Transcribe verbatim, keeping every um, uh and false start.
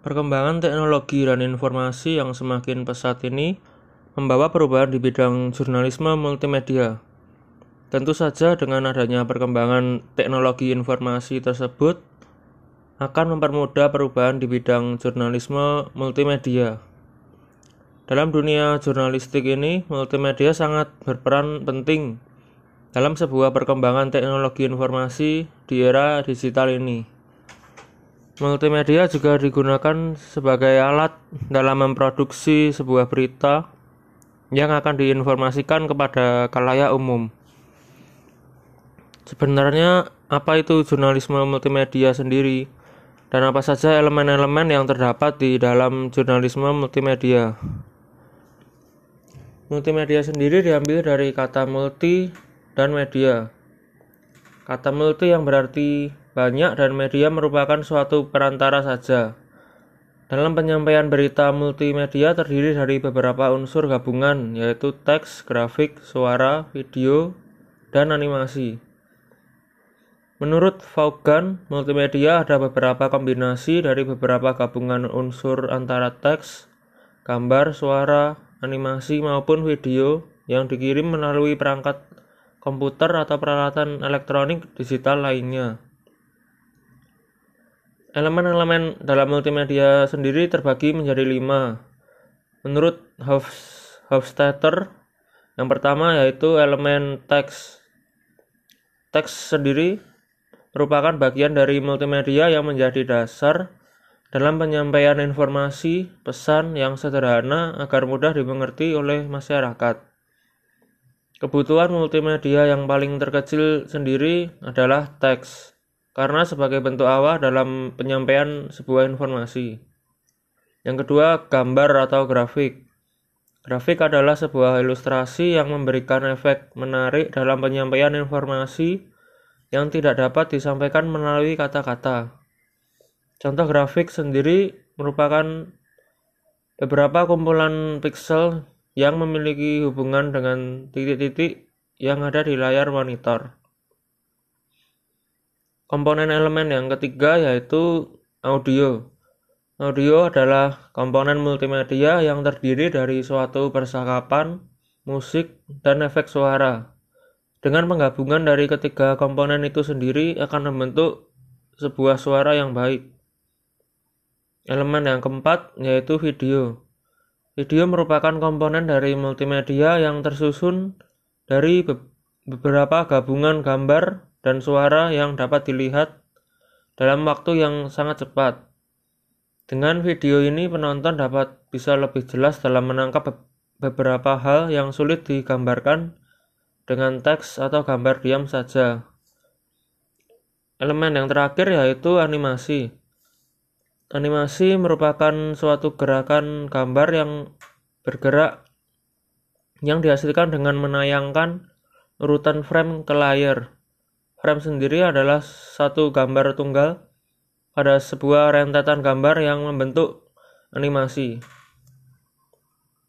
Perkembangan teknologi dan informasi yang semakin pesat ini membawa perubahan di bidang jurnalisme multimedia. Tentu saja dengan adanya perkembangan teknologi informasi tersebut akan mempermudah perubahan di bidang jurnalisme multimedia. Dalam dunia jurnalistik ini, multimedia sangat berperan penting dalam sebuah perkembangan teknologi informasi di era digital ini. Multimedia juga digunakan sebagai alat dalam memproduksi sebuah berita yang akan diinformasikan kepada khalayak umum. Sebenarnya apa itu jurnalisme multimedia sendiri dan apa saja elemen-elemen yang terdapat di dalam jurnalisme multimedia? Multimedia sendiri diambil dari kata multi dan media. Kata multi yang berarti banyak dan media merupakan suatu perantara saja. Dalam penyampaian berita, multimedia terdiri dari beberapa unsur gabungan, yaitu teks, grafik, suara, video, dan animasi. Menurut Vaughan, multimedia ada beberapa kombinasi dari beberapa gabungan unsur antara teks, gambar, suara, animasi maupun video yang dikirim melalui perangkat komputer atau peralatan elektronik digital lainnya. Elemen-elemen dalam multimedia sendiri terbagi menjadi lima. Menurut Hofstadter, yang pertama yaitu elemen teks. Teks sendiri merupakan bagian dari multimedia yang menjadi dasar dalam penyampaian informasi, pesan yang sederhana agar mudah dimengerti oleh masyarakat. Kebutuhan multimedia yang paling terkecil sendiri adalah teks, karena sebagai bentuk awal dalam penyampaian sebuah informasi. Yang kedua, gambar atau grafik. Grafik adalah sebuah ilustrasi yang memberikan efek menarik dalam penyampaian informasi yang tidak dapat disampaikan melalui kata-kata. Contoh grafik sendiri merupakan beberapa kumpulan piksel yang memiliki hubungan dengan titik-titik yang ada di layar monitor. Komponen elemen yang ketiga yaitu audio. Audio adalah komponen multimedia yang terdiri dari suatu percakapan, musik, dan efek suara. Dengan penggabungan dari ketiga komponen itu sendiri akan membentuk sebuah suara yang baik. Elemen yang keempat yaitu video. Video merupakan komponen dari multimedia yang tersusun dari be- beberapa gabungan gambar dan suara yang dapat dilihat dalam waktu yang sangat cepat. Dengan video ini penonton dapat bisa lebih jelas dalam menangkap be- beberapa hal yang sulit digambarkan dengan teks atau gambar diam saja. Elemen yang terakhir yaitu animasi. Animasi merupakan suatu gerakan gambar yang bergerak yang dihasilkan dengan menayangkan urutan frame ke layar. Frame sendiri adalah satu gambar tunggal pada sebuah rentetan gambar yang membentuk animasi.